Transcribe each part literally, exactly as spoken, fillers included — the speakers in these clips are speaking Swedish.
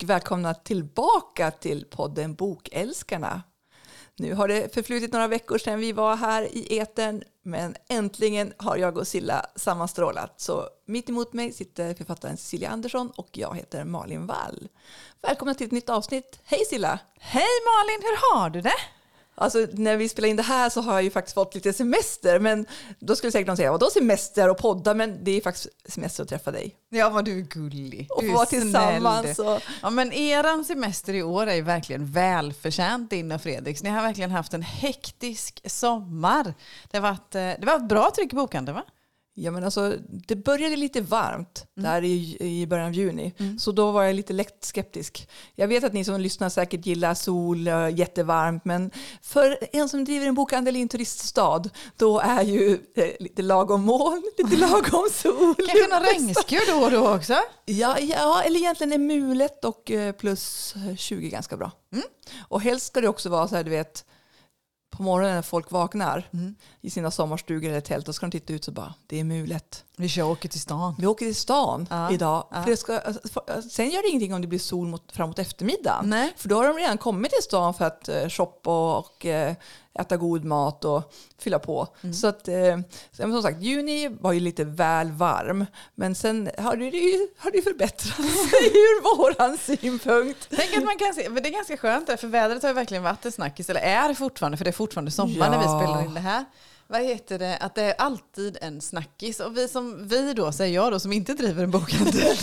välkomna tillbaka till podden Bokälskarna. Nu har det förflutit några veckor sedan vi var här i etern, men äntligen har jag och Silla sammanstrålat. Så mitt emot mig sitter författaren Cecilia Andersson och jag heter Malin Wall. Välkomna till ett nytt avsnitt. Hej Silla! Hej Malin, hur har du det? Alltså när vi spelar in det här så har jag ju faktiskt fått lite semester, men då skulle säkert någon säga, vadå semester och podda? Men det är faktiskt semester att träffa dig. Ja, vad du är gullig. Och du få är vara tillsammans. Och... Ja, men eran semester i år är ju verkligen välförtjänt, din och Fredriks. Ni har verkligen haft en hektisk sommar. Det har varit, det var ett bra tryck i bokhandeln, va? Ja, men alltså, det började lite varmt Mm. där i, i början av juni. Mm. Så då var jag lite lätt skeptisk. Jag vet att ni som lyssnar säkert gillar sol, äh, jättevarmt. Men för en som driver en bokhandel i en turiststad, då är ju eh, lite lagom moln, lite lagom sol. Kanske någon regnskur då och då också? Ja, ja, eller egentligen är mulet och eh, plus tjugo ganska bra. Mm. Och helst ska det också vara så här, du vet, på morgonen när folk vaknar Mm. i sina sommarstugor eller tält, då ska de titta ut så bara, det är mulet. Vi kör åker till stan. Vi åker till stan Ja, idag. ja. För det ska, för, sen gör det ingenting om det blir sol mot, framåt eftermiddagen. Nej. För då har de redan kommit till stan för att uh, shoppa och, och uh, äta god mat och fylla på. Mm. Så att, uh, som sagt, juni var ju lite väl varm. Men sen har det ju, har det ju förbättrat sig ur våran synpunkt. Tänk att man kan se, men det är ganska skönt där, för vädret har ju verkligen varit en snackis, eller är det fortfarande, för det är fortfarande sommar Ja. när vi spelar in det här. Vad heter det? Att det är alltid en snackis. Och vi som vi då, säger jag då, som inte driver en bokhandel,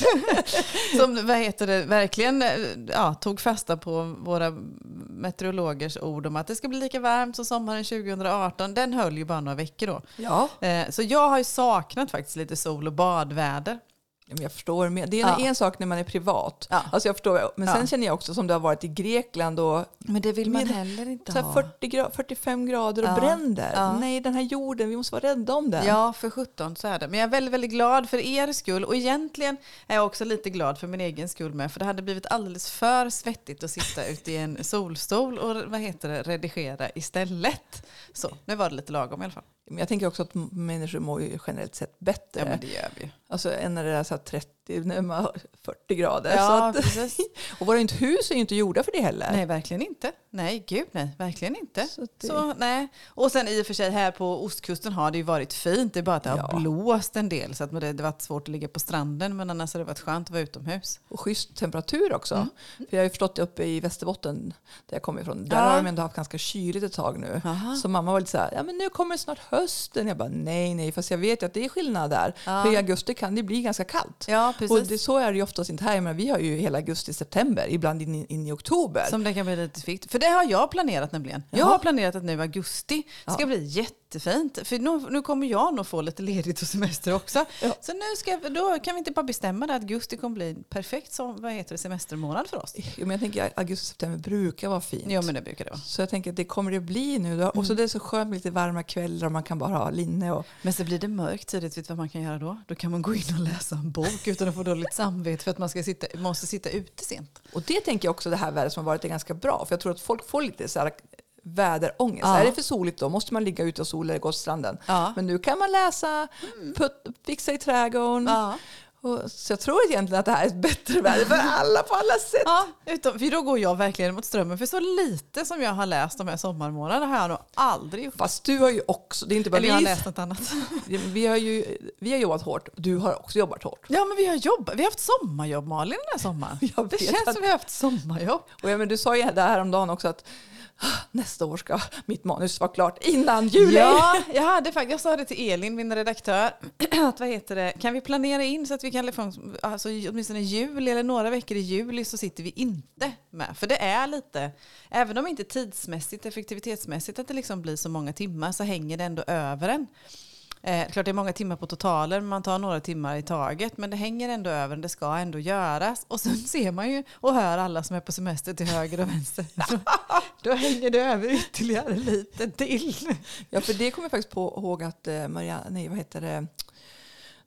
som vad heter det, verkligen ja, tog fasta på våra meteorologers ord om att det ska bli lika varmt som sommaren tjugo arton. Den höll ju bara några veckor då. Ja. Eh, så jag har ju saknat faktiskt lite sol- och badväder. Men jag förstår mer. Det är Ja. en sak när man är privat. Ja. Alltså jag förstår, men sen Ja. känner jag också som det har varit i Grekland och Men det vill man Med- heller inte så här ha. fyrtio gra- fyrtiofem grader och Ja. bränder. Ja. Nej, den här jorden, vi måste vara rädda om den. Ja, för sjutton så är det. Men jag är väldigt, väldigt glad för er skull. Och egentligen är jag också lite glad för min egen skull med. För det hade blivit alldeles för svettigt att sitta ute i en solstol och vad heter det, redigera istället. Så, nu var det lite lagom i alla fall. Men jag tänker också att m- människor mår ju generellt sett bättre. Ja, men det gör vi ju. Alltså än när det är så här trettio, när man har fyrtio grader. Ja, så att, precis. och våra hus är ju inte gjorda för det heller. Nej, verkligen inte. Nej, gud nej, verkligen inte. Så att det- Så, nej. Och sen i och för sig här på ostkusten har det ju varit fint. Det är bara att det har Ja. blåst en del. Så att det det har varit svårt att ligga på stranden. Men annars har det varit skönt att vara utomhus. Och schysst temperatur också. Mm. För jag har ju förstått det uppe i Västerbotten där jag kommer ifrån. Där Ja. har de ändå haft ganska kyligt ett tag nu. Aha. Så mamma var lite så här, ja men nu kommer snart hösten. Jag bara nej, nej, fast jag vet ju att det är skillnad där. Ja. För i augusti kan det bli ganska kallt. Ja, precis. Och det, så är det ju oftast inte här. Men vi har ju hela augusti, september, ibland in, in i oktober. Som det kan bli lite fikt. För det har jag planerat nämligen. Jag Jaha. har planerat att nu i augusti ska Ja. bli jättefint. För nu, nu kommer jag nog få lite ledigt och semester också. Ja. Så nu ska, då kan vi inte bara bestämma det att augusti kommer bli en perfekt som, vad heter det, semestermånad för oss. Ja, men jag tänker att augusti, september brukar vara fint. Ja, men det brukar det vara. Så jag tänker att det kommer det bli nu. Då. Och så det är så skönt med lite varma kvällar och man kan bara ha linne. Och... Men så blir det mörkt tidigt, vet du vad man kan göra då? Då kan man gå in och läsa en bok utan att få dåligt samvete för att man ska sitta, måste sitta ute sent. och det tänker jag också det här vädret som har varit är ganska bra. För jag tror att folk får lite så här väderångest. Ja. Är det för soligt då måste man ligga ute och sola eller gå till stranden. Ja. Men nu kan man läsa, put, fixa i trädgården. Ja. Och, så jag tror egentligen att det här är ett bättre väder för alla på alla sätt. Ja, utom, för då går jag verkligen mot strömmen. För så lite som jag har läst de här sommarmånaderna har jag nog aldrig gjort. Fast du har ju också, det är inte bara Eller jag har vi, läst något annat. vi har ju vi har jobbat hårt. Du har också jobbat hårt. Ja, men vi har jobbat. Vi har haft sommarjobb, Malin, den här sommaren. Jag Det vet känns att- som vi har haft sommarjobb. Och ja, men du sa ju det här om dagen också att ah, nästa år ska mitt manus vara klart innan juli. Ja, jag, hade, faktiskt- jag sa det till Elin, min redaktör, att vad heter det, kan vi planera in så att vi kan, liksom, alltså, åtminstone i juli eller några veckor i juli så sitter vi inte med. För det är lite, även om inte tidsmässigt, effektivitetsmässigt att det liksom blir så många timmar så hänger det ändå över en. Eh, klart det är många timmar på totalen, man tar några timmar i taget, men det hänger ändå över, det ska ändå göras. Och sen ser man ju och hör alla som är på semester till höger och vänster. Så, då hänger det över ytterligare lite till. Ja, för det kommer jag faktiskt på ihåg att eh, Marianne, nej vad heter det,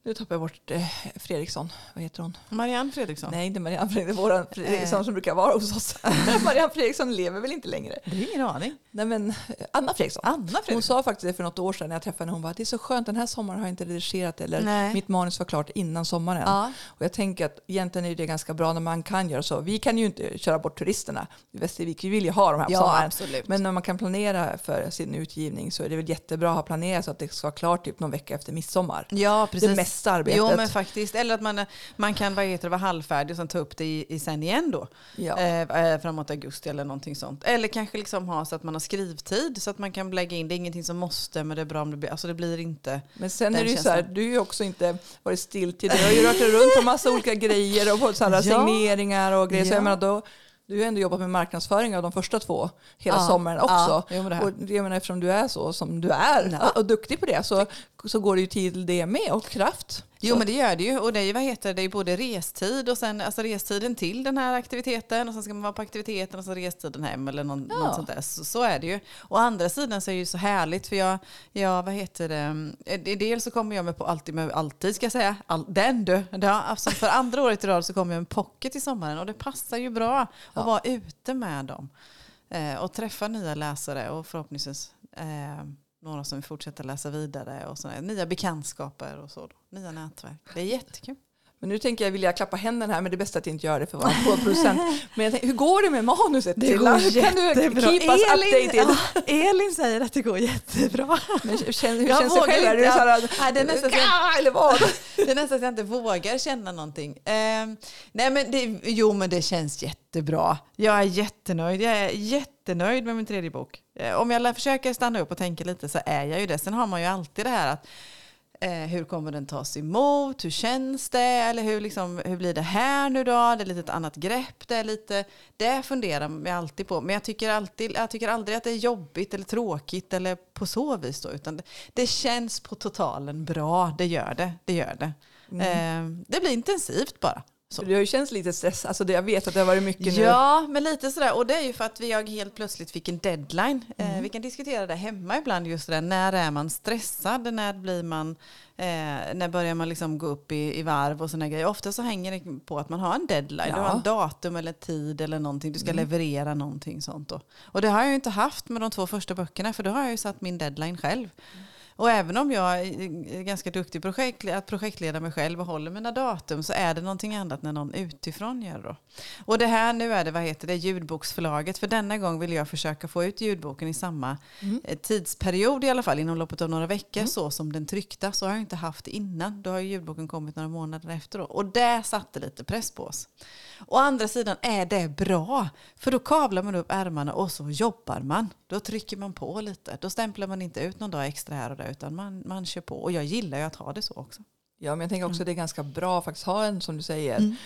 Nu tappar jag bort eh, Fredriksson. Vad heter hon? Marianne Fredriksson. Nej, inte Marianne Fredriksson. Våran Fredriksson som brukar vara hos oss. Marianne Fredriksson lever väl inte längre? Det är ingen aning. Nej, men Anna Fredriksson. Anna Fredriksson. Hon sa faktiskt det för något år sedan när jag träffade henne. Hon bara, det är så skönt, den här sommaren har jag inte redigerat eller Nej. mitt manus var klart innan sommaren. Ja. Och jag tänker att egentligen är det ganska bra när man kan göra så. Vi kan ju inte köra bort turisterna i Västervik. Vi vill ju ha de här på Ja, sommaren. absolut. Men när man kan planera för sin utgivning så är det väl jättebra att ha planerat så att det ska vara klart typ någon vecka efter midsommar. Ja, precis. Det mesta arbetet. Jo, men faktiskt. Eller att man, man kan vad heter det, vara halvfärdig och sen ta upp det i, i sen igen då. Ja. Eh, framåt augusti eller någonting sånt. Eller kanske liksom ha så att man har skrivtid så att man kan lägga in. Det är ingenting som måste, men det är bra om det blir. Alltså det blir inte. Men sen den är det ju så känslan. här, du har ju också inte varit still till det. Du har ju rört dig runt på massa olika grejer och fått sådana Ja. signeringar och grejer. Så Ja. jag menar, då, du har ändå jobbat med marknadsföring av de första två hela Ja. sommaren också. Ja, jo, men det här. Och jag menar, eftersom du är så som du är Ja. och, och duktig på det så, så går det ju till det med och kraft. Jo, Så- men det gör det ju. Och det är ju, vad heter det, det är ju både restid och sen alltså restiden till den här aktiviteten och sen ska man vara på aktiviteten och så restiden hem eller någon, Ja. något sånt där. Så, så är det ju. Å andra sidan så är det ju så härligt för jag, jag vad heter det, eh, dels så kommer jag med på alltid, med alltid ska jag säga, all, den du. Ja, alltså för andra året i rad så kommer jag med pocket i sommaren och det passar ju bra att Ja. vara ute med dem eh, och träffa nya läsare och förhoppningsvis eh, några som fortsätter läsa vidare och sådär. Nya bekantskaper och så. Då. Nya nätverk. Det är jättekul. Men nu tänker jag vilja klappa händerna här, men det är bäst att jag inte gör det för att vara producent. Men jag tänker, hur går det med manuset? Det Tilla? går Kan du jättebra. keep us Elin, updated? ja, Elin säger att det går jättebra. Men känn, hur Jag känns det vågar själv? Är inte, du så här, ja. Nej, det är nästan så- "Gah!" eller vad? Det är nästan att jag inte vågar känna någonting. Eh, nej men det, jo, men det känns jättebra. Jag är jättenöjd. Jag är jättenöjd med min tredje bok. Eh, om jag lär försöka stanna upp och tänka lite så är jag ju det. Sen har man ju alltid det här att Eh, hur kommer den tas emot? Hur känns det? Eller hur, liksom, hur blir det här nu då? Det är lite ett annat grepp. Det är lite, det funderar jag alltid på. Men jag tycker, alltid, jag tycker aldrig att det är jobbigt eller tråkigt eller på så vis då. Utan det, det känns på totalen bra. Det gör det. Det gör det. Mm. Eh, det blir intensivt bara. Så. Det har ju känts lite stress. Alltså det, jag vet att det har varit mycket nu. Ja, men lite sådär. Och det är ju för att vi jag helt plötsligt fick en deadline. Mm. Eh, vi kan diskutera det hemma ibland just det där. När är man stressad? När blir man, eh, när börjar man liksom gå upp i, i varv och sådana grejer? Ofta så hänger det på att man har en deadline. Ja. Du har en datum eller tid eller någonting. Du ska Mm. leverera någonting sånt då. Och det har jag ju inte haft med de två första böckerna. För då har jag ju satt min deadline själv. Och även om jag är ganska duktig projekt, att projektleda mig själv och håller mina datum så är det någonting annat när någon utifrån gör det. Och det här nu är det, vad heter det, ljudboksförlaget. För denna gång vill jag försöka få ut ljudboken i samma Mm. eh, tidsperiod i alla fall, inom loppet av några veckor, Mm. så som den tryckta. Så har jag inte haft det innan. Då har ju ljudboken kommit några månader efter då. Och det satte lite press på oss. Å andra sidan är det bra. För då kavlar man upp ärmarna och så jobbar man. Då trycker man på lite. Då stämplar man inte ut någon dag extra här och där utan man, man kör på. Och jag gillar ju att ha det så också. Ja, men jag tänker också att det är ganska bra att faktiskt ha en, som du säger. Mm.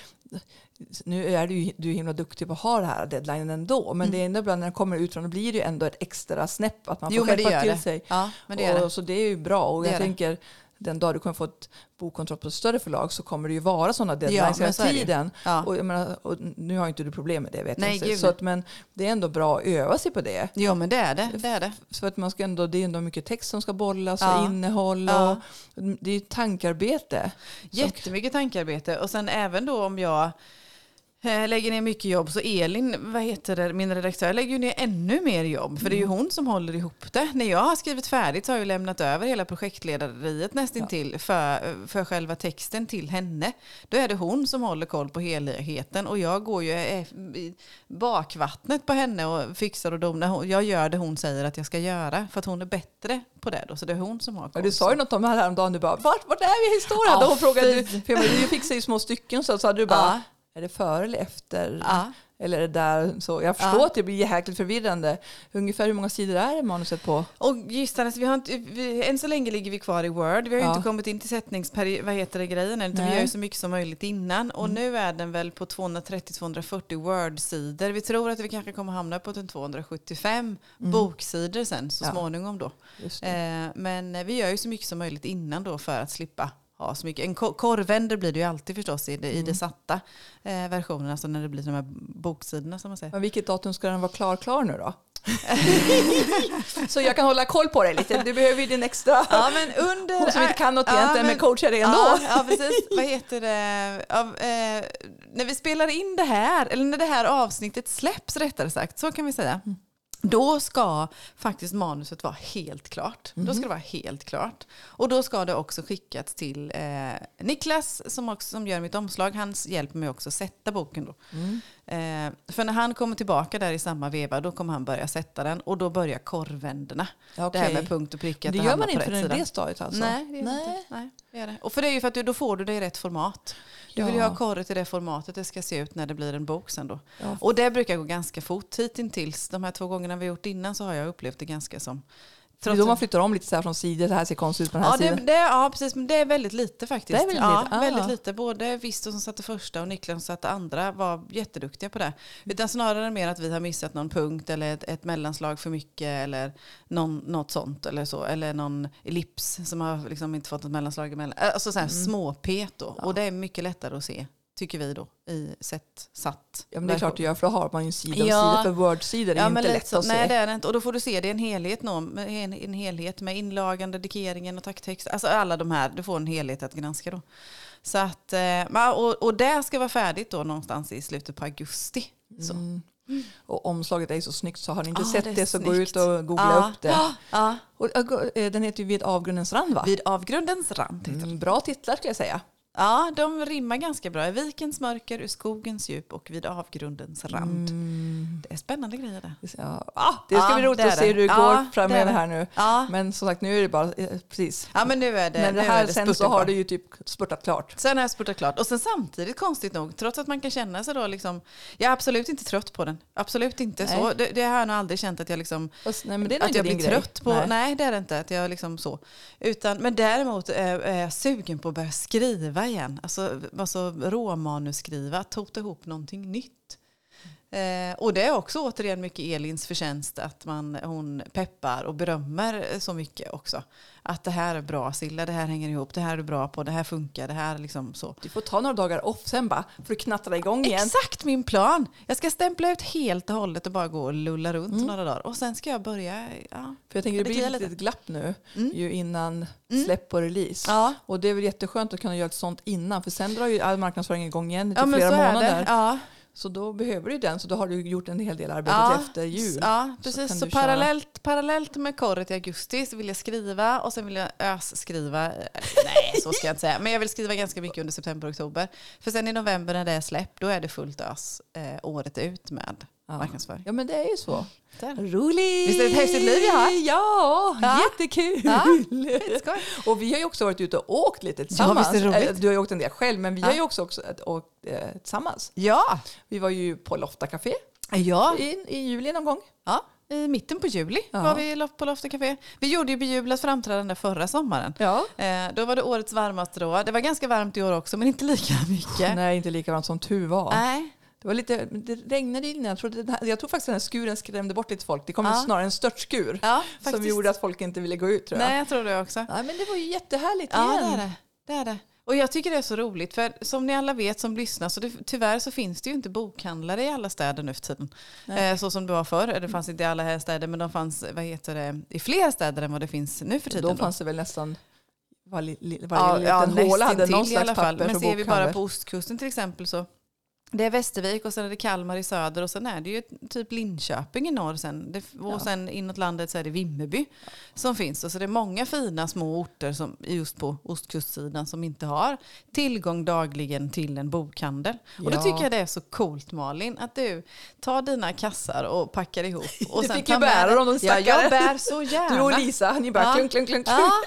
Nu är du ju du är himla duktig på att ha det här deadlinen ändå. Men Mm. det är ändå ibland när den kommer ut från, då blir det ju ändå ett extra snäpp att man Jo, får men det skärpa gör till det. sig. Ja, men det gör och, det. Så det är ju bra. Och Det jag är det. tänker, den dag du kommer få ett bokkontroll på ett större förlag så kommer det ju vara sådana deadlines men hela så är det ju. tiden. Ja. Och, jag menar, och nu har inte du problem med det, vet Nej, jag inte. gud, Så att, men det är ändå bra att öva sig på det. Jo, men det är det. Det är det. För att man ska ändå, det är ändå mycket text som ska bollas Ja. och innehåll. Ja. Och, det är ju tankarbete. Jättemycket tankearbete. Och sen även då om jag eh, lägger ner mycket jobb så Elin, vad heter det, min redaktör, lägger ju ner ännu mer jobb. För det är ju hon som håller ihop det. När jag har skrivit färdigt så har jag lämnat över hela projektledariet nästintill ja. för, för själva texten till henne. Då är det hon som håller koll på helheten och jag går ju i bakvattnet på henne och fixar och donar. Jag gör det hon säger att jag ska göra för att hon är bättre på det då. Så det är hon som har koll. Ja, du sa ju något om det här häromdagen. Du bara, vart, vart är vi i historien? Ja, Då hon frågade du, fy. för jag, du fixar ju små stycken så sa du bara, Ja. är det före eller efter? Ja. Eller är det där? Så jag förstår Ja. att det blir jäkligt förvirrande. Ungefär hur många sidor är det manuset på? Och just det, vi har inte, vi, än så länge ligger vi kvar i Word. Vi har ju Ja. inte kommit in till sättningsperiod, vad heter det, grejen än, utan vi Nej. gör ju så mycket som möjligt innan. Och Mm. nu är den väl på tvåhundratrettio till tvåhundrafyrtio Word-sidor. Vi tror att vi kanske kommer hamna på tvåhundrasjuttiofem Mm. boksidor sen så Ja. småningom då. Just det. Eh, men vi gör ju så mycket som möjligt innan då för att slippa ha så mycket. En ko- korvänder blir det ju alltid förstås i det, i det satta eh, versionen, alltså när det blir de här boksidorna som man säger. Men vilket datum ska den vara klar, klar nu då? Så jag kan hålla koll på dig lite. Du behöver ju din extra... Ja, men under... Hon som inte kan något ja, egentligen, men coachar det ändå. Ja, ja, precis. Vad heter det? Ja, eh, när vi spelar in det här, eller när det här avsnittet släpps rättare sagt, så kan vi säga. Mm. Då ska faktiskt manuset vara helt klart. Mm. Då ska det vara helt klart. Och då ska det också skickas till eh, Niklas som, också, som gör mitt omslag. Han hjälper mig också att sätta boken då. Mm. Eh, för när han kommer tillbaka där i samma veva, då kommer han börja sätta den. Och då börjar korvänderna. Okay. Det här med punkt och prick. Det gör man inte förrän det stadiet alltså? Nej, det är Nej. inte. Nej, det är det. Och för det är ju för att du, då får du det i rätt format. Du vill ju ha korret i det formatet det ska se ut när det blir en bok sen då. Ja. Och det brukar gå ganska fort. Hittills, de här två gångerna vi har gjort innan så har jag upplevt det ganska som... Det är då man flyttar om lite så här från sidor, det här ser konstigt ut på den här ja, sidan. Det, det, ja, precis, men det är väldigt lite faktiskt. Det är väldigt ja, lite. Ah. väldigt lite. Både Visto som satte första och Niklas som satte andra var jätteduktiga på det. Utan snarare mer att vi har missat någon punkt eller ett, ett mellanslag för mycket eller någon, något sånt eller så. Eller någon ellips som har liksom inte fått något mellanslag emellan. Alltså så här mm. småpet då. Ja. Och det är mycket lättare att se. Tycker vi då, i sätt satt. Ja, men det är klart det gör, för då har man ju en sida och ja. sida för Word-sidor. Det är ja, inte lätt så, att se. Nej, det är det inte. Och då får du se det i en helhet, en, en helhet med inlagan, dedikeringen och tacktext. Alltså alla de här, du får en helhet att granska då. Så att, och, och det ska vara färdigt då någonstans i slutet på augusti. Så. Mm. Mm. Och omslaget är så snyggt, så har ni inte ah, sett det, det så gå ut och googla ah, upp det. Ah, ah. Och, den heter ju Vid avgrundens rand, va? Vid avgrundens rand. Mm, bra titlar ska jag säga. Ja, de rimmar ganska bra. I vikens mörker, ur skogens djup och vid avgrundens rand. Mm. Det är spännande grejer där. Ja, ah, det ska ja, bli roligt att se hur det ja, går framöver här nu. Ja. Men som sagt, nu är det bara, precis. Ja, men nu är det. Men det här det sen så har du ju typ spurtat klart. Sen har jag spurtat klart. Och sen samtidigt, konstigt nog, trots att man kan känna sig då liksom, jag är absolut inte trött på den. Absolut inte nej. så. Det, det har jag nog aldrig känt att jag liksom, Fast, nej, men det är att jag blir grej. trött på. Nej. nej, det är det inte. Att jag liksom så. Utan, men däremot är, är jag sugen på att börja skriva igen. Alltså, alltså råmanusskriva, tota ihop någonting nytt. Eh, och det är också återigen mycket Elins förtjänst att man, hon peppar och berömmer så mycket också. Att det här är bra, Silla, det här hänger ihop, det här är du bra på, det här funkar, det här liksom så. Du får ta några dagar off sen bara för att knattra igång igen. Exakt min plan. Jag ska stämpla ut helt och hållet och bara gå och lulla runt mm. några dagar. Och sen ska jag börja, ja. För jag tänker det blir lite ett glapp nu mm. ju innan mm. släpp och release. Ja. Och det är väl jätteskönt att kunna göra ett sånt innan. För sen drar ju all marknadsföring igång igen till ja, flera så månader. Ja. Så då behöver du den, så då har du gjort en hel del arbete ja, efter jul. Ja, precis. Så, så parallellt, parallellt med korret i augusti så vill jag skriva och sen vill jag ös-skriva. Nej, så ska jag inte säga. Men jag vill skriva ganska mycket under september och oktober. För sen i november när det är släpp, då är det fullt ös eh, året ut med ja. marknadsföring. Ja, men det är ju så. Där. Roligt! Visst är det ett häftigt liv jag har? Ja, ja. jättekul! Ja, och vi har ju också varit ute och åkt lite tillsammans. Ja, visst är det roligt? Du har ju åkt en del själv, men vi ja. har ju också, också åkt eh, tillsammans. Ja! Vi var ju på Lofta Café ja. i, i juli någon gång. Ja, i mitten på juli ja. var vi på Lofta Café. Vi gjorde ju bejublat framträdande förra sommaren. Ja. Eh, då var det årets varmaste då. Det var ganska varmt i år också, men inte lika mycket. Nej, inte lika varmt som tur var. Nej. Det var lite, det regnade innan. Jag tror, det, jag tror faktiskt att den här skuren skrämde bort lite folk. Det kom ja. snarare en störtskur ja, som gjorde att folk inte ville gå ut, tror jag. Nej, jag tror det också. Ja, men det var ju jättehärligt ja, igen. Ja, det är det. det är det. Och jag tycker det är så roligt, för som ni alla vet som lyssnar, så det, tyvärr så finns det ju inte bokhandlare i alla städer nu för tiden. Eh, så som det var förr. Det fanns inte i alla här städer, men de fanns, vad heter det, i fler städer än vad det finns nu för tiden. Då, då. fanns det väl nästan varje, varje ja, liten ja, håla hade någon i alla slags fall. papper. Men ser vi bara på ostkusten till exempel, så det är Västervik och sen är det Kalmar i söder och sen är det ju typ Linköping i norr sen. Det, och ja. sen inåt landet så är det Vimmerby ja. som finns. Och så det är många fina små orter som, just på ostkustsidan som inte har tillgång dagligen till en bokhandel. Ja. Och då tycker jag det är så coolt, Malin, att du tar dina kassar och packar ihop. Och du sen fick ju bära dem, de stackare. Ja, jag bär så gärna. Du och Lisa, ni bara ja. klunk, klunk, klunk.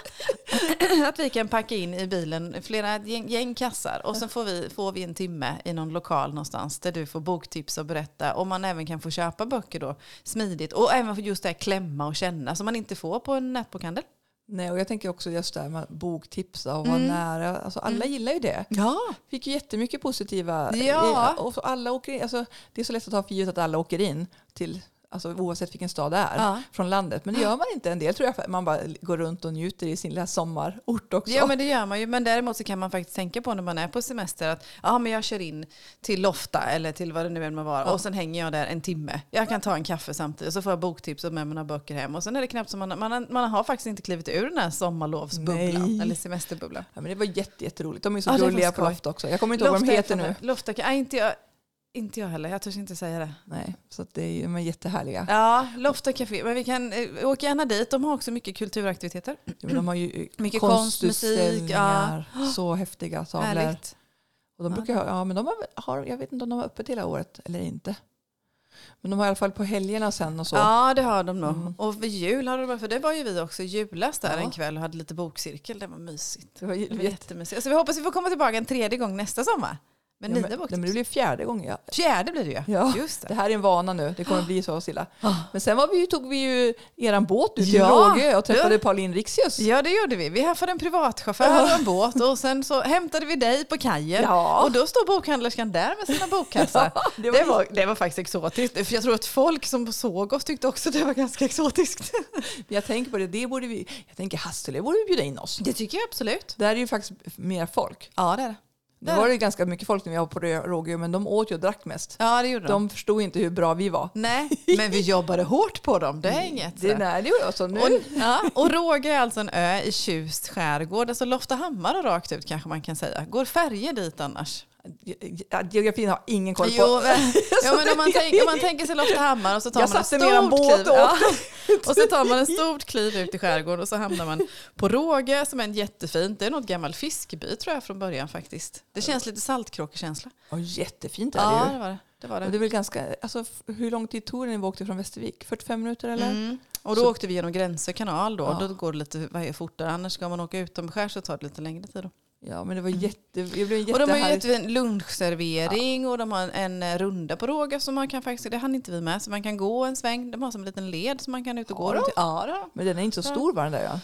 Ja. Att vi kan packa in i bilen flera gäng, gäng kassar och sen får vi, får vi en timme i någon lokal någonstans där du får boktips och berätta, och man även kan få köpa böcker då smidigt och även för just det här klämma och känna som man inte får på en nätbokhandel. Nej, och jag tänker också just det här med boktipsa och vara mm. nära. Alltså alla mm. gillar ju det. Ja. Fick ju jättemycket positiva. Ja. Och så alla åker in, alltså, det är så lätt att ta för givet att alla åker in till Alltså oavsett vilken stad det är Ja. från landet. Men det gör man inte. En del tror jag man bara går runt och njuter i sin lilla sommarort också. Ja, men det gör man ju. Men däremot så kan man faktiskt tänka på när man är på semester att ja, men jag kör in till Lofta eller till vad det nu än må vara. Ja. Och sen hänger jag där en timme. Jag kan ta en kaffe samtidigt och så får jag boktips och med mig några böcker hem. Och sen är det knappt som man, man, man har faktiskt inte klivit ur den här sommarlovsbubblan. Nej. Eller semesterbubblan. Ja, men det var jätte, jätteroligt. De är så Ja, det var gulliga på skoj. Lofta också. Jag kommer inte ihåg vad de heter nu. Lofta, nej, inte jag, inte jag heller. Jag törs inte säga det. Nej, så att det är, de är jättehärliga. Ja, Lofta Café. Men vi kan eh, åka gärna dit. De har också mycket kulturaktiviteter. Ja, men de har ju Mycket konst, musik, konstutställningar, så häftiga tavlor. Härligt. Och de brukar ha, ja, men de har, har, jag vet inte om de har öppet hela året eller inte. Men de har i alla fall på helgerna sen och så. Ja, det har de nog. Mm. Och vid jul har de, för det var ju vi också julas där Ja. en kväll och hade lite bokcirkel. Det var mysigt. Det var ju- Det var jättemysigt. Så vi hoppas vi får komma tillbaka en tredje gång nästa sommar. Med ja, nya men, boktips. men det blir fjärde gången. Ja. Fjärde blir det ju. Ja, Just det det. här är en vana nu. Det kommer bli så, Silla. Ah. Men sen var vi ju, tog vi ju eran båt ut till Ja, Rågö och träffade du- Pauline Rixius. Ja, det gjorde vi. Vi haffade en privatchaufför och en båt och sen så hämtade vi dig på kajen. Ja. Och då står bokhandlerskan där med sina bokkassar. Ja, det, det var, var- det var faktiskt exotiskt. För jag tror att folk som såg oss tyckte också det var ganska exotiskt. Jag tänker på det, det borde vi, jag tänker Hasselö borde vi bjuda in oss. Det tycker jag absolut. Där är ju faktiskt mer folk. Ja, det är det. Det var ju ganska mycket folk när vi var på Rågö, men de åt ju och drack mest. Ja, det gjorde de. De förstod inte hur bra vi var. Nej, men vi jobbade hårt på dem. Det är inget. Det, nej, det gjorde jag så nu. Och, ja, och Rågö är alltså en ö i Tjust skärgård. Alltså Loftahammar och rakt ut kanske man kan säga. Går färger dit annars? Ja, geografin har ingen koll på. Jo, men, ja, men om, man tänk, om man tänker sig Loftahammar och så tar Jag man ett satte ner en stort båt kliv. och Ja. åkte. Och så tar man en stort kliv ut i skärgården och så hamnar man på Rågö som är en jättefint. Det är något gammal fiskeby tror jag från början faktiskt. Det känns lite saltkråkekänsla. Ja, jättefint är Ja, det ju. det var det. Det var Och det det. är väl ganska, alltså, f- hur lång tid tog det när vi åkte från Västervik? fyrtiofem minuter eller? Mm. Och då Så- åkte vi genom Gränsö kanal då. Ja. Då går det lite vad är, fortare. Annars ska man åka utomskärs så tar det lite längre tid då. Ja, men det var jätte, det blev en Och de har ju jättehärligt. en lunchservering och de har en, en runda på Rågö som man kan faktiskt, det hann inte vi med, så man kan gå en sväng. De har som en liten led som man kan ut och Har gå de? runt. Ja, då. Men den är inte så stor var den där, ja.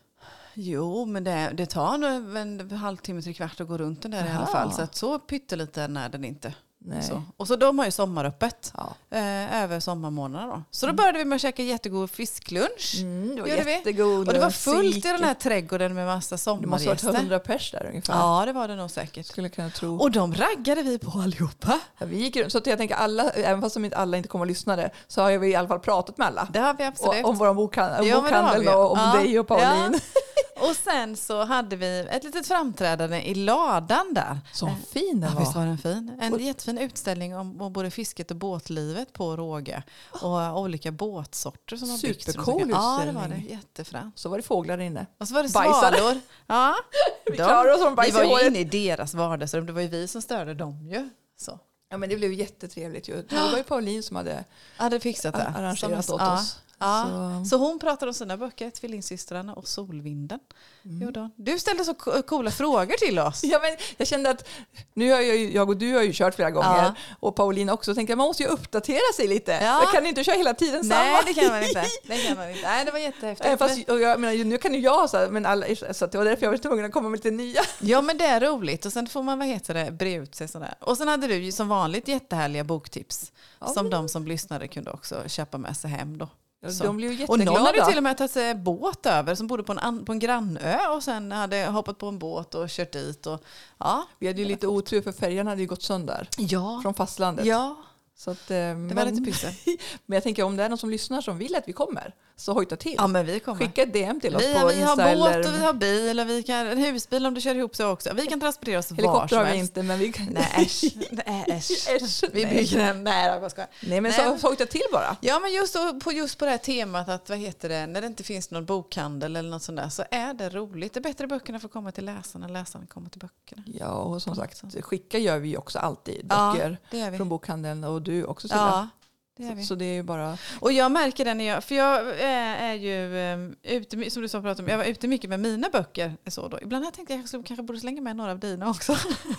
Jo, men det, det tar nog en halvtimme till kvart att gå runt den där i alla Jaha. fall. Så att så pytteliten är den inte. Nej. Så. Och så de har ju sommaröppet Ja. eh, över sommarmånaderna då. Så då började vi med att käka jättegod fisklunch. Mm, det var Gjorde vi? jättegod. Och det var och fullt sike. i den här trädgården med massa Det måste ha varit sommargäster. hundra pers där ungefär. Ja, det var det nog säkert. Skulle jag kunna tro. Och de raggade vi på allihopa. Ja, vi gick runt, så att jag tänker alla, även fast som inte alla inte kommer att lyssna det, så har vi i alla fall pratat med alla. Det har vi absolut. Och, om vår bokhandel, om, Ja, men det har bokhandeln vi. och om Ja. dig och Pauline. Ja. Och sen så hade vi ett litet framträdande i ladan där. Så fin den Ja, var. visst var den fin. En Och- jättefin utställning om, om både fisket och båtlivet på Rågö. Och olika båtsorter som har byggts. Supercool Ja, det var det. utställning. Jättefränt. Så var det fåglar inne. Och så var det Bajsade. svalor. Ja, Vi klarar oss från bajs vi i var ju håret. inne i deras vardagsrum. Det var ju vi som störde dem ju. Så. Ja, men det blev jättetrevligt ju. Det var ju Pauline som hade Hade fixat det. arrangerat Som- åt ja. oss. Ja. Så- Så. hon pratade om sina böcker, Tvillingsystrarna och Solvinden. Mm. Jo då. Du ställde så co- coola frågor till oss. Ja, men jag kände att nu har jag, ju- jag och du har ju kört flera gånger Ja. och Pauline också. Så tänkte jag man måste ju uppdatera sig lite. Ja. Jag kan inte köra hela tiden samma. Nej, det kan man inte. Det kan man inte. Nej, det var jättehäftigt. Även fast, och jag menar, nu kan ju jag så här, men alla, så att det var därför jag var tvungen att komma med lite nya. Ja, men det är roligt. Och sen får man, vad heter det, bre ut sig sådär. Och sen hade du ju som vanligt jättehärliga boktips. Ja, som men- de som lyssnade kunde också köpa med sig hem då. Ja, Så. de blev ju Och någon hade jätteglada. till och med tagit sig båt över som bodde på en, an, på en grannö och sen hade hoppat på en båt och kört dit. Och, ja. Vi hade ju lite otur för färjan hade ju gått sönder Ja. från fastlandet. ja, Så att, eh, det men, var lite pyssel. men jag tänker om det är någon som lyssnar som vill att vi kommer, så hojta till. Ja, men vi kommer. Skicka ett D M till oss Vi, på har, vi har Insta båt eller och vi har bil och vi kan, en husbil om du kör ihop sig också. Vi kan transportera oss var helikopter som har vi helst. inte, men vi kan... Nej, äsch. Nej, äsch. Äsch, Vi nej. bygger en... Nej, jag bara skojar. Nej, men Nej, så, men- så hojta till bara. Ja, men just på, på, just på det här temat att vad heter det, när det inte finns någon bokhandel eller något sånt där så är det roligt. Det är bättre böckerna får komma till läsarna, läsarna kommer till böckerna. Ja, och som På något sagt, skicka gör vi ju också alltid Ja, böcker det gör vi. från bokhandeln och du också Silla. Ja, det gör Så, vi. så det är ju bara... Och jag märker det när jag, för jag är, är ju um, ute, som du sa pratade om, jag var ute mycket med mina böcker. Så då. Ibland har jag tänkt att jag kanske borde slänga med några av dina också.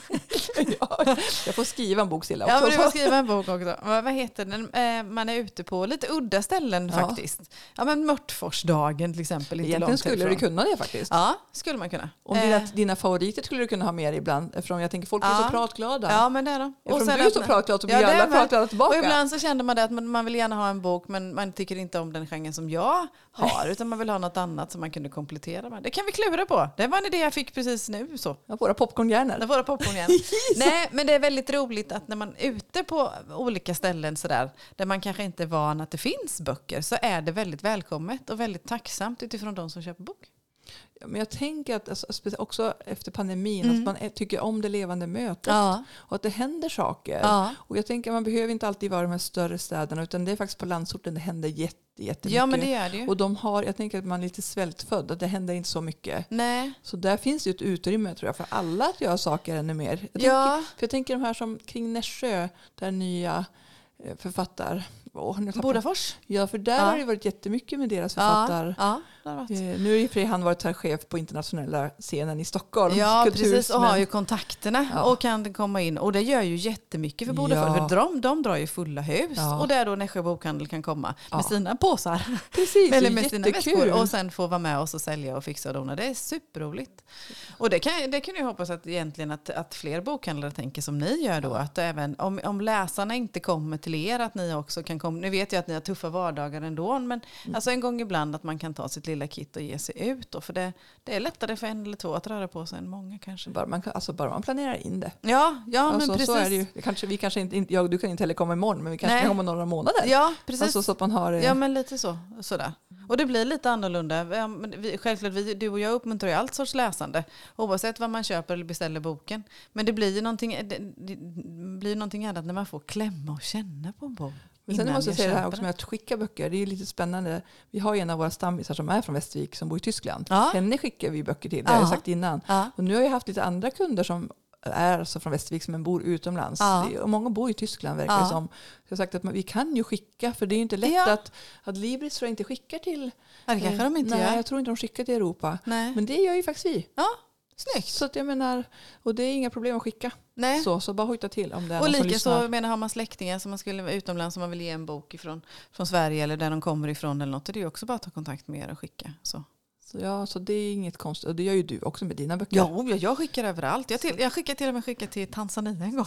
Ja, jag får skriva en bok Silla också. Ja, men du får skriva en bok också. Vad heter den? Man är ute på lite udda ställen ja. faktiskt. Ja, men Mörtforsdagen till exempel. Inte Egentligen skulle ifrån. du kunna det faktiskt. Ja, skulle man kunna. Om dina, dina favoriter skulle du kunna ha med ibland. Eftersom jag tänker folk är ja. så pratglada. Ja, men det är de. Och sen du är så pratglad så blir ja, alla pratglada tillbaka. Och ibland så kände man det att man, man vill gärna ha en bok men man tycker inte om den genren som jag har. Utan man vill ha något annat som man kunde komplettera med. Det kan vi klura på. Det var en idé jag fick precis nu. Så. Ja, våra popcornhjärnor. Våra popcornhjärnor. Nej, men det är väldigt roligt att när man är ute på olika ställen sådär, där man kanske inte är van att det finns böcker, så är det väldigt välkommet och väldigt tacksamt utifrån de som köper bok. Ja, men jag tänker att alltså, också efter pandemin Mm. att man är, tycker om det levande mötet Ja. och att det händer saker. Ja. Och jag tänker att man behöver inte alltid vara i de här större städerna utan det är faktiskt på landsorten det händer jätte, jättemycket. Ja, men det gör det ju. Och de har, jag tänker att man är lite svältfödd, att det händer inte så mycket. Nej. Så där finns det ju ett utrymme tror jag för alla att göra saker ännu mer. Jag Ja. tänker, för jag tänker de här som kring Nässjö, där nya eh, författar... Oh, Bodafors? Ja, för där Ja. har det varit jättemycket med deras författar. Ja, ja, det har varit. Eh, nu är ju för han varit här chef på internationella scenen i Stockholm. Ja, Kulturhus, precis. Och men- har ju kontakterna Ja. och kan komma in. Och det gör ju jättemycket för Bodafors. Ja. För de, de drar ju fulla hus. Ja. Och där då Nässjö bokhandel kan komma Ja. med sina påsar. Precis, Eller det är med sina jättekul. väskor. Och sen få vara med och så sälja och fixa och dona. Det är superroligt. Och det kan, det kan jag hoppas att egentligen att, att fler bokhandlare tänker som ni gör då. Att även om, om läsarna inte kommer till er att ni också kan komma. Nu vet jag att ni har tuffa vardagar ändå. Men Mm. alltså en gång ibland att man kan ta sitt lilla kit och ge sig ut. Då, för det, det är lättare för en eller två att röra på sig än många kanske. Bara man, kan- alltså bara man planerar in det. Ja, ja alltså, men precis. Så är det ju. Det kanske, vi kanske inte, inte, jag, du kan inte heller komma imorgon, men vi kanske Nej. kan komma några månader. Ja, precis. Alltså, så att man har... eh, Ja, men lite så. Sådär. Och det blir lite annorlunda. Ja, men vi, självklart, vi, du och jag uppmuntrar ju allt sorts läsande. Oavsett vad man köper eller beställer boken. Men det blir ju någonting, det, det blir någonting annat när man får klämma och känna på en bok. Men sen innan måste jag säga det här köper också med att skicka böcker. Det är ju lite spännande. Vi har ju en av våra stammisar som är från Västervik som bor i Tyskland. Ja. Henne skickar vi böcker till, det har jag Ja. sagt innan. Ja. Och nu har jag haft lite andra kunder som är alltså från Västervik som bor utomlands. Ja. Det är- Och många bor i Tyskland verkar det Ja. som. Så jag har sagt att man, vi kan ju skicka, för det är ju inte lätt Ja. att, att Libris tror jag inte skickar till... Ja, det kanske de inte nej, gör. jag tror inte de skickar till Europa. Nej. Men det gör ju faktiskt vi. Ja, snyggt. Så att jag menar, och det är inga problem att skicka. Nej. Så, så bara hojta till om det är Och någon som lika lyssnar. så menar, har man släktingar som man skulle vara utomlands som man vill ge en bok ifrån från Sverige eller där de kommer ifrån eller något. Det är ju också bara att ta kontakt med er och skicka. Så. Så, ja, så det är inget konstigt. Och det gör ju du också med dina böcker. Ja, jag, jag skickar överallt. Jag, till, jag skickar till och med skicka till Tanzania en gång.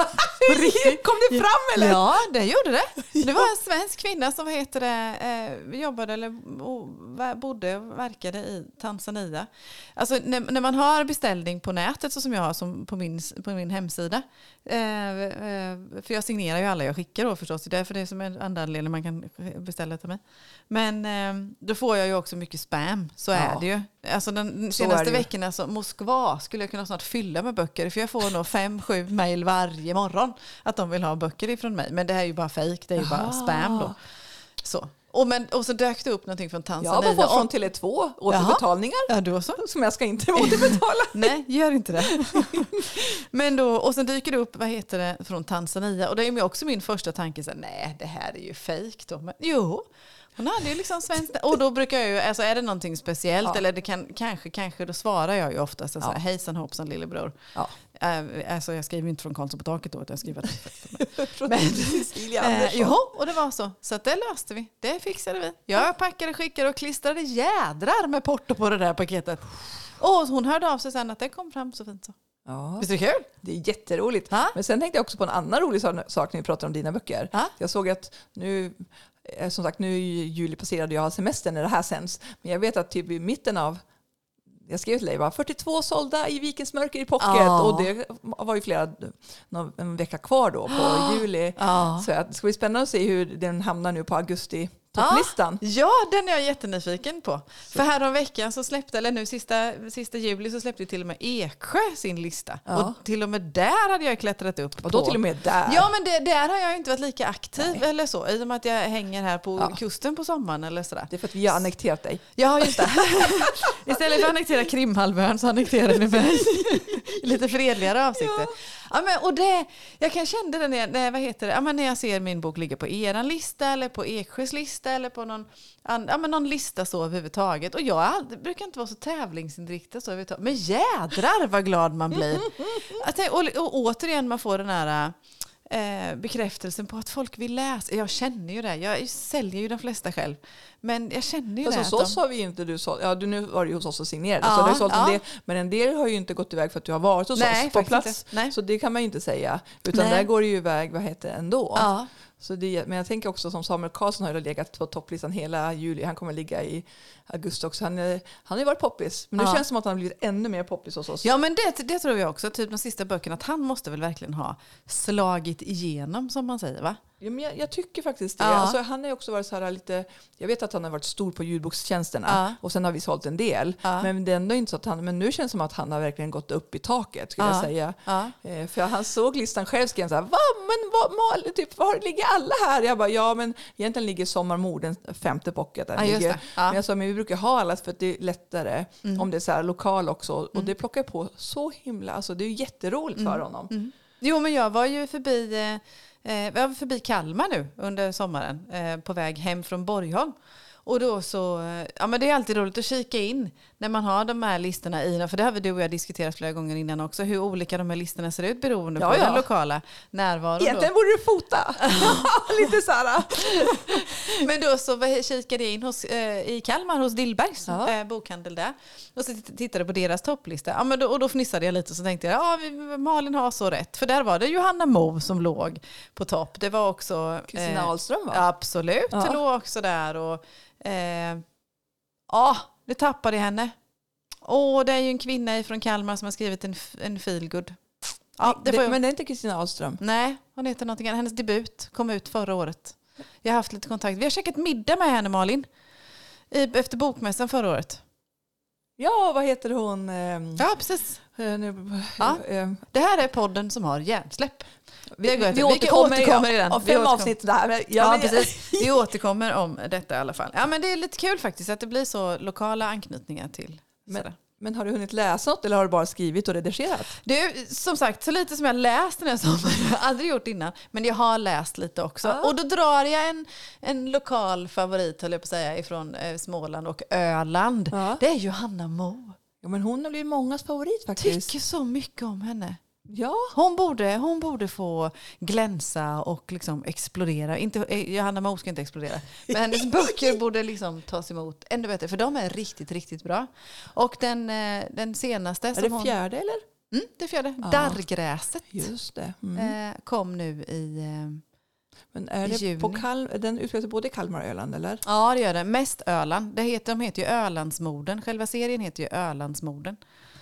Kom det fram eller? Ja, det gjorde det. Det var en svensk kvinna som vad heter det, eh, jobbade eller bo- bodde och verkade i Tanzania. Alltså när, när man har beställning på nätet så som jag har som på, min, på min hemsida. Eh, eh, för jag signerar ju alla jag skickar då förstås. Det är därför det är som en andra anledning man kan beställa till mig. Men eh, då får jag ju också mycket spam. Så Ja. är det ju. Alltså den Så är senaste det ju. veckorna så Moskva skulle jag kunna snart fylla med böcker. För jag får nog fem, sju mejl varje morgon att de vill ha böcker ifrån mig. Men det här är ju bara fejk, det är ju bara Jaha. spam då. Så. Och, men, och så dök det upp någonting från Jag Tanzania. har bara fått från Och- Tele två återbetalningar Ja, du också? som jag ska inte återbetala. Nej, gör inte det. Men då, och sen dyker det upp, vad heter det, från Tanzania. Och det är ju också min första tanke, så här, nej det här är ju fejk då. Men jo, hon hade ju liksom svenskt. Och då brukar jag ju, alltså är det någonting speciellt Ja. eller det kan, kanske, kanske, då svarar jag ju oftast så här, Ja. hejsan hoppsan lillebror. Ja. Äh, alltså jag skriver inte från Karlsson på taket då, utan jag skriver att Från Men- Cecilia Eh, Andersson. jo, och det var så. Så att det löste vi. Det fixade vi. Jag packade, skickade och klistrade jädrar med porto på det där paketet. Och hon hörde av sig sen att det kom fram så fint så. Ja, Visst är det kul? det är jätteroligt. Ha? Men sen tänkte jag också på en annan rolig sak när vi pratar om dina böcker. Ha? Jag såg att nu, eh, som sagt, nu är ju juli passerad och jag har semester när det här sänds. Men jag vet att typ i mitten av, jag skrev till dig, var fyrtiotvå sålda i Vikens mörker i pocket. Ja. Och det var ju flera, någon, en vecka kvar då på juli. Ja. Så att, det ska bli spännande att se hur den hamnar nu på augusti topplistan. Ja, den är jag jättenyfiken på. För här om veckan så släppte, eller nu sista, sista juli så släppte till och med Eksjö sin lista. Ja. Och till och med där hade jag klättrat upp Och då på. till och med där. Ja, men det, där har jag ju inte varit lika aktiv Nej. eller så. I och med att jag hänger här på Ja. kusten på sommaren eller sådär. Det är för att vi har annekterat dig. Ja, just det. Istället för att annektera Krimhalvön så annekterar ni mig. I lite fredligare avsikter. Ja, men, och det, jag kan känna det när jag, när, vad heter det? Ja, men när jag ser min bok ligga på eran lista eller på Eksjös lista eller på någon, ja, men någon lista så överhuvudtaget. Och jag aldrig, brukar inte vara så tävlingsinriktad så överhuvudtaget. Men jädrar vad glad man blir. Att, och, och återigen man får den här eh, bekräftelsen på att folk vill läsa. Jag känner ju det. Jag säljer ju de flesta själv. Men jag känner ju alltså, det. Så de... sa vi inte du så. Ja, du, nu var du hos oss och signerade. Ja, så du har sålt ja. en del, men en del har ju inte gått iväg för att du har varit hos Nej, oss på plats. Nej. Så det kan man ju inte säga. Utan Nej. där går det ju iväg, vad heter det, ändå. Ja. Så det, men jag tänker också som Samuel Karlsson har ju legat på topplistan hela juli. Han kommer ligga i augusti också. Han, han har ju varit poppis. Men nu Ja. känns det som att han har blivit ännu mer poppis hos oss. Ja, men det, det tror jag också. Typ de sista böckerna. Att han måste väl verkligen ha slagit igenom, som man säger, va? Ja, men jag, jag tycker faktiskt det. Ja. Alltså, han har ju också varit så här lite... Jag vet att han har varit stor på ljudbokstjänsterna. Ja. Och sen har vi sålt en del. Ja. Men det är ändå inte så att han... Men nu känns det som att han har verkligen gått upp i taket, skulle Ja. jag säga. Ja. Eh, för han såg listan själv, skrev han så här, va? Men vad, Mal, typ, var ligger alla här? Jag bara, ja men egentligen ligger Sommarmord, den femte pocketen. Ja, just ligger. det. Ja. Men jag sa, men vi brukar ha alla för att det är lättare Mm. om det är så här lokal också. Och Mm. det plockar på så himla, alltså det är ju jätteroligt Mm. för honom. Mm. Jo, men jag var ju förbi, eh, jag var förbi Kalmar nu under sommaren eh, på väg hem från Borgholm. Och då så, ja men det är alltid roligt att kika in när man har de här listorna i, för det har vi du och jag diskuterat flera gånger innan också, hur olika de här listorna ser ut beroende Ja, på ja. den lokala närvaron. Egentligen borde du fota. Lite så här. Men då så kikade jag in hos, eh, i Kalmar hos Dillbergs Ja. eh, bokhandel där. Och så tittade på deras topplista. Ja, men då, och då fnissade jag lite och så tänkte jag, ja vi, Malin har så rätt. För där var det Johanna Mo som låg på topp. Det var också... Kristina Ahlström, va? Absolut, Ja. det låg också där. Och, eh, ja, det tappade jag henne. Åh, det är ju en kvinna från Kalmar som har skrivit en, en feelgood. Ja, det det, får jag... Men det är inte Kristina Ahlström. Nej, hon heter någonting annat. Hennes debut kom ut förra året. Jag har haft lite kontakt. Vi har käkat middag med henne, Malin. I, efter bokmässan förra året. Ja, vad heter hon? Ehm, Ja, precis. eh, nu, Ja. ehm, Det här är podden som har hjärnsläpp. vi, går vi, efter. återkommer, Vi återkommer i den. Av Vi fem återkommer. avsnitt där. Men, ja, Ja, men, precis. Vi återkommer om detta i alla fall. Ja, men det är lite kul faktiskt att det blir så lokala anknytningar till. Men- sådär. men har du hunnit läsa något eller har du bara skrivit och redigerat? Du, som sagt, så lite som jag läst den här sommaren. Jag har aldrig gjort innan. Men jag har läst lite också. Ah. Och då drar jag en, en lokal favorit, höll jag på att säga, ifrån eh, Småland och Öland. Ja. Det är Johanna Mo. Ja, men hon har blivit mångas favorit faktiskt. Tycker så mycket om henne. Ja. Hon borde, hon borde få glänsa och liksom explodera. Inte, eh, Johanna Mo ska inte explodera. Men hennes böcker borde liksom tas emot ännu bättre. För de är riktigt, riktigt bra. Och den, eh, den senaste... Är som det hon, fjärde eller? Mm, det fjärde. Ja. Darrgräset. Just det. Mm. Eh, kom nu i... Eh, Men är i det juni. på Kal- den utspelar sig både i Kalmar och Öland eller? ja, det gör det. Mest Öland. Det heter, de heter ju Ölandsmorden. Själva serien heter ju Ölandsmorden.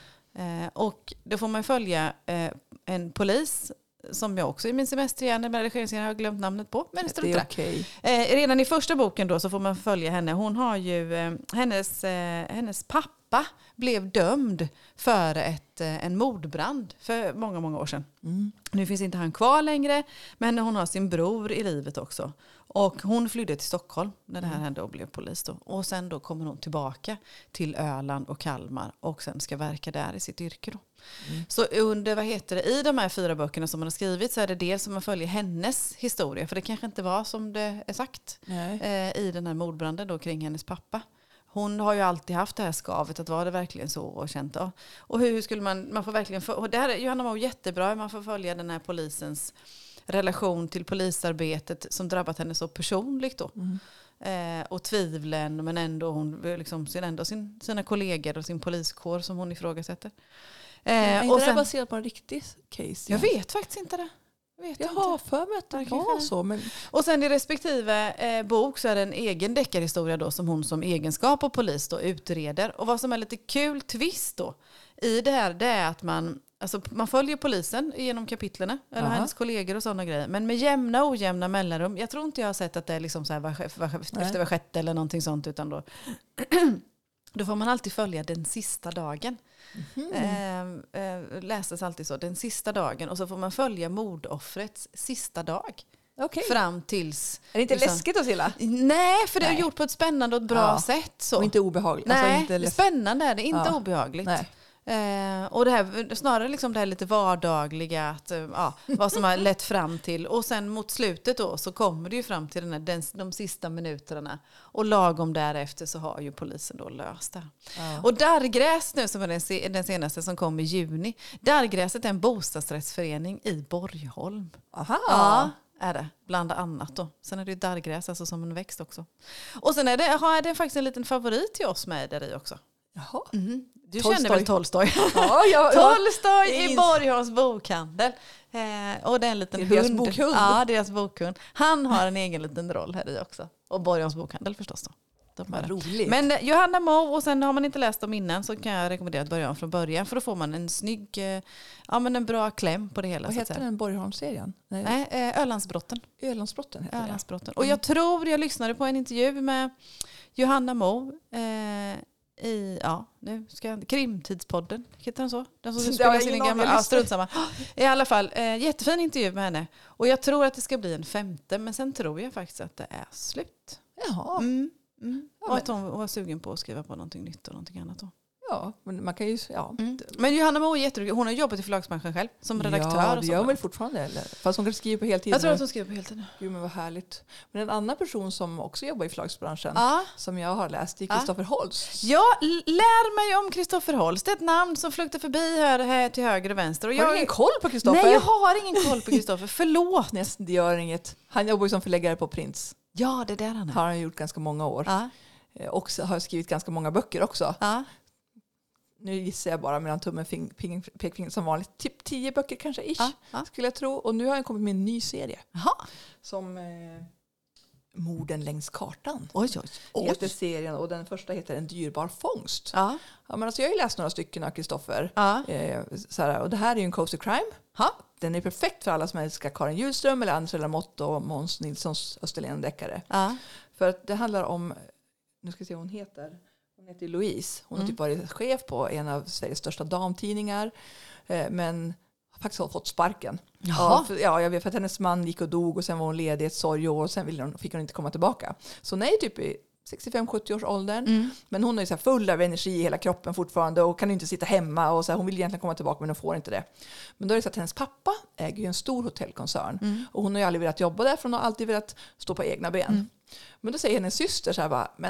Eh, och då får man följa eh, en polis som jag också i min semester igen med redigeringsserien har glömt namnet på. Men det står Det inte är där. okej. Eh, redan i första boken då så får man följa henne. Hon har ju, eh, hennes, eh, hennes pappa blev dömd för ett, eh, en mordbrand för många, många år sedan. Mm. Nu finns inte han kvar längre, men hon har sin bror i livet också. Och hon flydde till Stockholm när det här hände och blev polis då. Och sen då kommer hon tillbaka till Öland och Kalmar och sen ska verka där i sitt yrke då. Mm. Så under, vad heter det, i de här fyra böckerna som man har skrivit så är det dels som man följer hennes historia. För det kanske inte var som det är sagt Nej. eh, i den här mordbranden då kring hennes pappa. Hon har ju alltid haft det här skavet att var det verkligen så och känt ja. Och hur skulle man, man får verkligen, för, och det här är Johanna Mo jättebra, man får följa den här polisens relation till polisarbetet som drabbat henne så personligt då. Mm. Eh, och tvivlen, men ändå hon liksom sin, ändå sin, sina kollegor och sin poliskår som hon ifrågasätter. Eh, är och inte det sen, baserat på en riktig case? jag vet faktiskt inte det. Jag vet Jag inte. har för mig att det Ja, var kanske. så. Men... Och sen i respektive eh, bok så är det en egen deckarhistoria då som hon som egenskap och polis då utreder. Och vad som är lite kul twist då i det här det är att man, alltså, man följer polisen genom kapitlerna eller Aha. hennes kollegor och sådana grejer. Men med jämna och ojämna mellanrum. Jag tror inte jag har sett att det är liksom så här var, var, Nej. efter var sjätte eller någonting sånt utan då då får man alltid följa den sista dagen. Mm. Eh, eh, läses alltid så, den sista dagen. Och så får man följa mordoffrets sista dag. Okej. Fram tills... Är det inte liksom- läskigt att Silla? Nej, för det är Nej. gjort på ett spännande och ett bra Ja. sätt. Så. Och inte obehagligt? Nej, Alltså inte det är läs- spännande är det, inte Ja. obehagligt. Nej. Eh, och det här, snarare liksom det här lite vardagliga, att, eh, ja, vad som har lett fram till. Och sen mot slutet då så kommer det ju fram till den här, den, de sista minuterna. Och lagom därefter så har ju polisen då löst det. Ja. Och Darrgräs nu, som var den, se, den senaste som kom i juni. Darrgräset är en bostadsrättsförening i Borgholm. Aha. Ja, är det. Bland annat då. Sen är det ju darrgräs, alltså som en växt också. Och sen är det, har det faktiskt en liten favorit till oss med där i också. Jaha. Mm. Du Tolstoj. känner väl Tolstoj? Ja, ja, Tolstoj ja. i Borgholms bokhandel. Eh, och det är en liten det är hund. Deras bokhund. Ja, deras bokhund. Han har en egen liten roll här i också. Och Borgholms bokhandel förstås då. De Vad roligt. Men eh, Johanna Moe, och sen har man inte läst dem innan så kan jag rekommendera att börja om från början. För då får man en snygg, eh, ja men en bra kläm på det hela. Vad så heter att säga. den Borgholmsserien? Nej, Nej, eh, Ölandsbrotten. Ölandsbrotten heter Ölandsbrotten. Och jag tror, jag lyssnade på en intervju med Johanna Moe eh, i, ja, nu ska jag, Krimtidspodden, heter den så? Den som spelas in i gamla, ja, strunt samma. I alla fall, eh, jättefin intervju med henne. Och jag tror att det ska bli en femte, men sen tror jag faktiskt att det är slut. Jaha. Mm. Mm. Ja, och att hon var sugen på att skriva på någonting nytt och någonting annat då. Ja, men man kan ju... Ja. Mm. Men Johanna Moe är jätterolig. Hon har jobbat i förlagsbranschen själv som redaktör. Ja, det och gör så. hon väl fortfarande. Eller? Fast hon kan skriva på heltid. Jag tror nu. att hon skriver på heltid nu. Gud, men vad härligt. Men en annan person som också jobbar i förlagsbranschen, Ja. som jag har läst, är Ja. Kristoffer Holst. Jag l- lär mig om Kristoffer Holst. Det är ett namn som fluktar förbi här, här till höger och vänster. Och Har jag du ingen koll på Kristoffer? Nej, jag har ingen koll på Kristoffer. Förlåt. Nej, det gör inget. Han jobbar ju som förläggare på Prins. Ja, det är där han är. Har han gjort ganska många år. Ja. Och så har jag skrivit ganska många böcker också. Ja. Nu gissar jag bara mellan tummen och pekfingret som vanligt. Typ tio böcker kanske, ish, Ja. Ja. skulle jag tro. Och nu har jag kommit med en ny serie. Jaha. Som eh, Morden längs kartan. Oj, oj. oj. Heter serien, och den första heter En dyrbar fångst. Ja. Ja, men alltså jag har ju läst några stycken av Kristoffer. Ja. Eh, så här, och det här är ju en cozy crime. Ha. Den är perfekt för alla som älskar Karin Hjulström eller Anders Lamotte och Måns Nilssons Österlen-deckare. Ja. För att det handlar om, nu ska vi se vad hon heter. Hon heter Louise. Hon har Mm. typ varit chef på en av Sveriges största damtidningar. Eh, men har faktiskt fått sparken. Jaha. Ja, för, ja, jag vet för att hennes man gick och dog och sen var hon ledig ett sorgår och sen ville hon, fick hon inte komma tillbaka. Så hon är typ i sextiofem sjuttio års åldern. Mm. Men hon är så här full av energi i hela kroppen fortfarande och kan inte sitta hemma. Och så här, hon vill egentligen komma tillbaka men hon får inte det. Men då är det så att hennes pappa äger ju en stor hotellkoncern. Mm. Och hon har ju aldrig velat jobba där för hon har alltid velat stå på egna ben. Mm. Men då säger hennes syster så här bara, men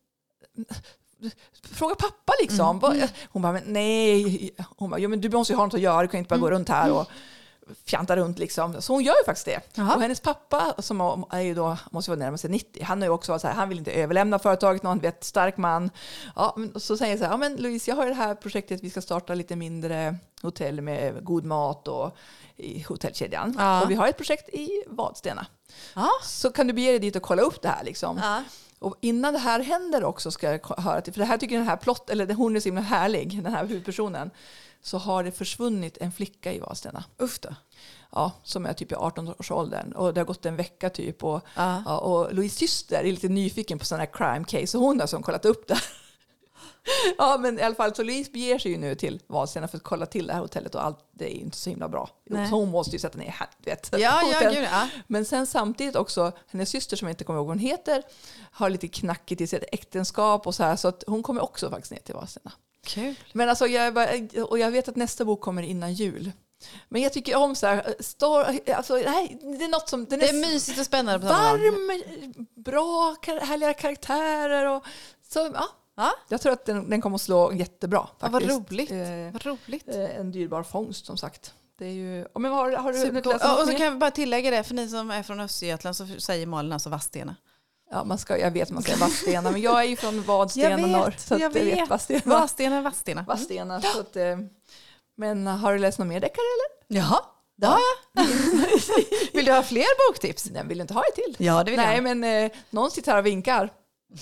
fråga pappa liksom. Mm. Hon bara, men nej. Hon bara, jo, men du måste ju ha något att göra. Du kan inte bara Mm. gå runt här och fjanta runt liksom. Så hon gör ju faktiskt det. Jaha. Och hennes pappa, som är ju då, måste vara närmare sig nittio, han har ju också varit så här, han vill inte överlämna företaget, någon vet, stark man. Ja, men så säger jag så här, ja men Louise, jag har ju det här projektet, vi ska starta lite mindre hotell med god mat och i hotellkedjan. Ja. Och vi har ett projekt i Vadstena. Ja. Så kan du bege dig dit och kolla upp det här liksom. Ja. Och innan det här händer också ska jag höra till, för det här tycker den här plott, eller hon är så himla härlig, den här huvudpersonen, så har det försvunnit en flicka i Vadstena. Uff då. Ja, som är typ i arton-årsåldern. Och det har gått en vecka typ. Och, Ja. ja, och Louise syster är lite nyfiken på sådana här crime case. Och hon har som kollat upp det. Ja, men i alla fall så Louise beger sig ju nu till Vadstena för att kolla till det här hotellet. Och allt det är ju inte så himla bra. Nej. Så hon måste ju sätta ner här, vet. Ja, ja, hotell. gud, ja. Men sen samtidigt också, hennes syster som jag inte kommer ihåg vad hon heter, har lite knackigt i sitt äktenskap och så här. Så att hon kommer också faktiskt ner till Vadstena. Kul. Men alltså, jag, bara- och jag vet att nästa bok kommer innan jul. Men jag tycker om så här, stor, alltså, nej, det är något som... Den Det är mysigt och spännande på samma gång. varm, bra, kar- härliga karaktärer. Och, så, ja, Ja. jag tror att den, den kommer att slå jättebra. Ja, vad Faktiskt. roligt. Eh, Vad roligt. eh, en dyrbar fångst som sagt. Det är ju, ja, men har, har du Super. hunnit läsa Ja, något och så mer? kan jag bara tillägga det, för ni som är från Östergötland så säger Malin alltså Vadstena. Ja, man ska, jag vet att man säger Vadstena, men jag är ju från Vadstena Jag vet, norr. Så att jag jag vet vet. Vadstena. Vadstena, Vadstena. Vadstena så att, eh, men har du läst något mer deckare eller? Jaha, det har jag. Vill du ha fler boktips? Den vill du inte ha det till? Ja, det vill Nej, jag. men eh, någon sitter här och vinkar.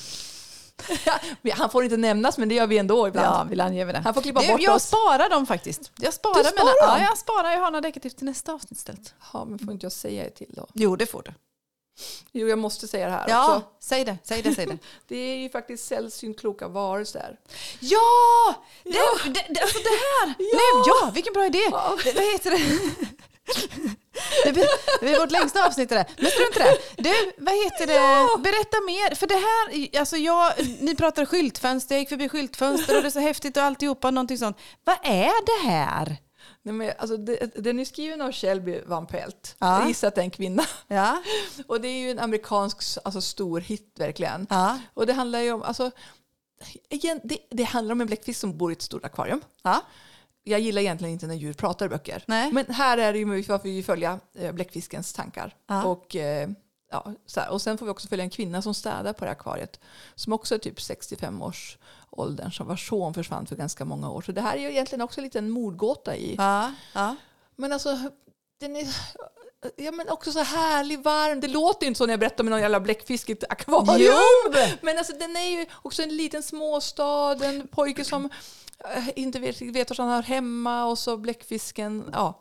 Han får inte nämnas, men det gör vi ändå ibland. Ja, vill han ge mig det. Han får klippa Du, bort jag oss. sparar dem faktiskt. Jag sparar, Du sparar mina, dem? Ja, jag sparar. Jag har några deckartips till nästa avsnitt istället. Ja, men får inte jag säga det till då? Jo, det får du. Jo, jag måste säga det här Ja, också. säg det, säg det, säg det. Det är ju faktiskt sällsynt kloka varelser. Ja! Det, Ja. det, det, alltså det här! Ja. Nu, ja, vilken bra idé! Ja. Det, vad heter det? Det blir, det blir vårt längsta avsnitt där. Men strunt i det. Du, vad heter det? Ja. Berätta mer. För det här, alltså jag, ni pratar skyltfönster, jag gick förbi skyltfönster och det är så häftigt och alltihopa, någonting sånt. Vad är det här? Nej, men alltså det, den är skriven av Shelby Van Pelt. Ja. Jag gissar att det är en kvinna. Ja. Och det är ju en amerikansk alltså, stor hit verkligen. Ja. Och det handlar ju om, alltså, igen, det, det handlar om en bläckfisk som bor i ett stort akvarium. Ja. Jag gillar egentligen inte när djur pratar i böcker. Nej. Men här är det ju varför vi följa eh, bläckfiskens tankar. Ja. Och, eh, ja, så här. Och sen får vi också följa en kvinna som städar på det akvariet. Som också är typ sextiofem års åldern. Som var son försvann för ganska många år. Så det här är ju egentligen också en liten mordgåta i. Ja. Ja. Men alltså, den är... Ja, men också så härlig, varm. Det låter ju inte så när jag berättar om någon jävla bläckfisk i ett akvarium. Jo! Men alltså, den är ju också en liten småstad. En pojke som äh, inte vet, vet var han har hemma. Och så bläckfisken, ja.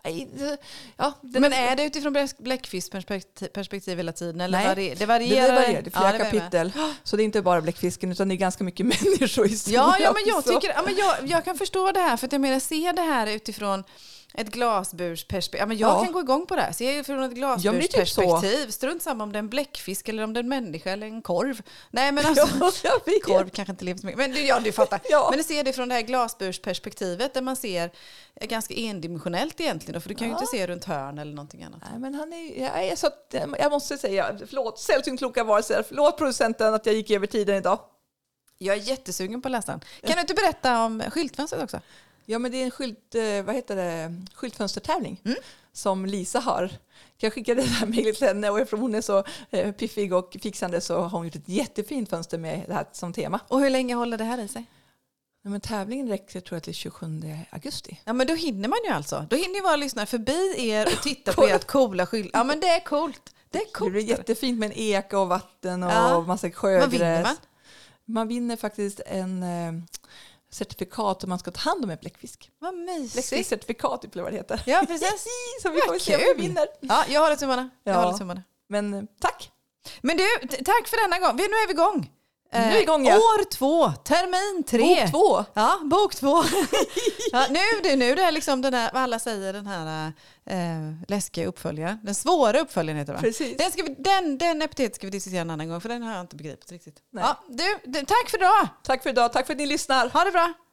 ja den men är det utifrån bläckfiskperspektiv hela tiden? Eller nej, vari- det varierar. Det, det varierar. Det är flera ja, det kapitel. Så det är inte bara bläckfisken utan det är ganska mycket människor i ja, ja, men jag tycker, ja, men jag, jag kan förstå det här. För att jag menar, se det här utifrån ett glasbursperspektiv. Ja, men jag ja. kan gå igång på det här. Se från ett glasbursperspektiv. Typ strunt samma om det är en bläckfisk eller om det är en människa eller en korv. Nej, men alltså ja, korv kanske inte lever så mycket. Men du, ja, du fattar. Ja. Men du ser det från det här glasbursperspektivet där man ser ganska endimensionellt egentligen. Då, för du kan ja. ju inte se runt hörn eller någonting annat. Nej, men han är, jag, är så att, jag måste säga, förlåt, sällsynt kloka varelser. Förlåt producenten att jag gick över tiden idag. Jag är jättesugen på att läsa den. Kan du inte berätta om skyltfönstret också? Ja, men det är en skylt, vad heter det, skyltfönstertävling mm. som Lisa har. Jag skickade det här mejlet till henne och eftersom hon är så eh, piffig och fixande så har hon gjort ett jättefint fönster med det här som tema. Och hur länge håller det här i sig? Ja, men tävlingen räcker tror jag till tjugosjunde augusti. Ja, men då hinner man ju alltså. Då hinner ju vara lyssnare förbi er och titta på ert coola skylt. Ja, men det är coolt. Det är coolt. Det är jättefint med en eka och vatten och ja. massa sjögräs. Vad vinner man? Man vinner faktiskt en... Eh, certifikat om man ska ta hand om en bläckfisk. Vad mysigt. Bläckfiskcertifikat typ vad det heter. Ja, precis. Så vi får se om vi vinner. Ja, jag håller tummarna. Jag ja. håller tummarna. Men tack. Men du, tack för denna gång. Nu är vi igång. Nu är vi igång, ja. År två, termin tre. Bok två. Ja, bok två. ja, nu, det, nu det är liksom den här, vad alla säger, den här äh, läskiga uppföljaren. Den svåra uppföljaren heter det, va? Precis. Den, ska vi, den, den epitet ska vi diskutera en annan gång, för den har jag inte begripit riktigt. Ja, du, du, tack för idag. Tack för idag. Tack för att ni lyssnar. Ha det bra.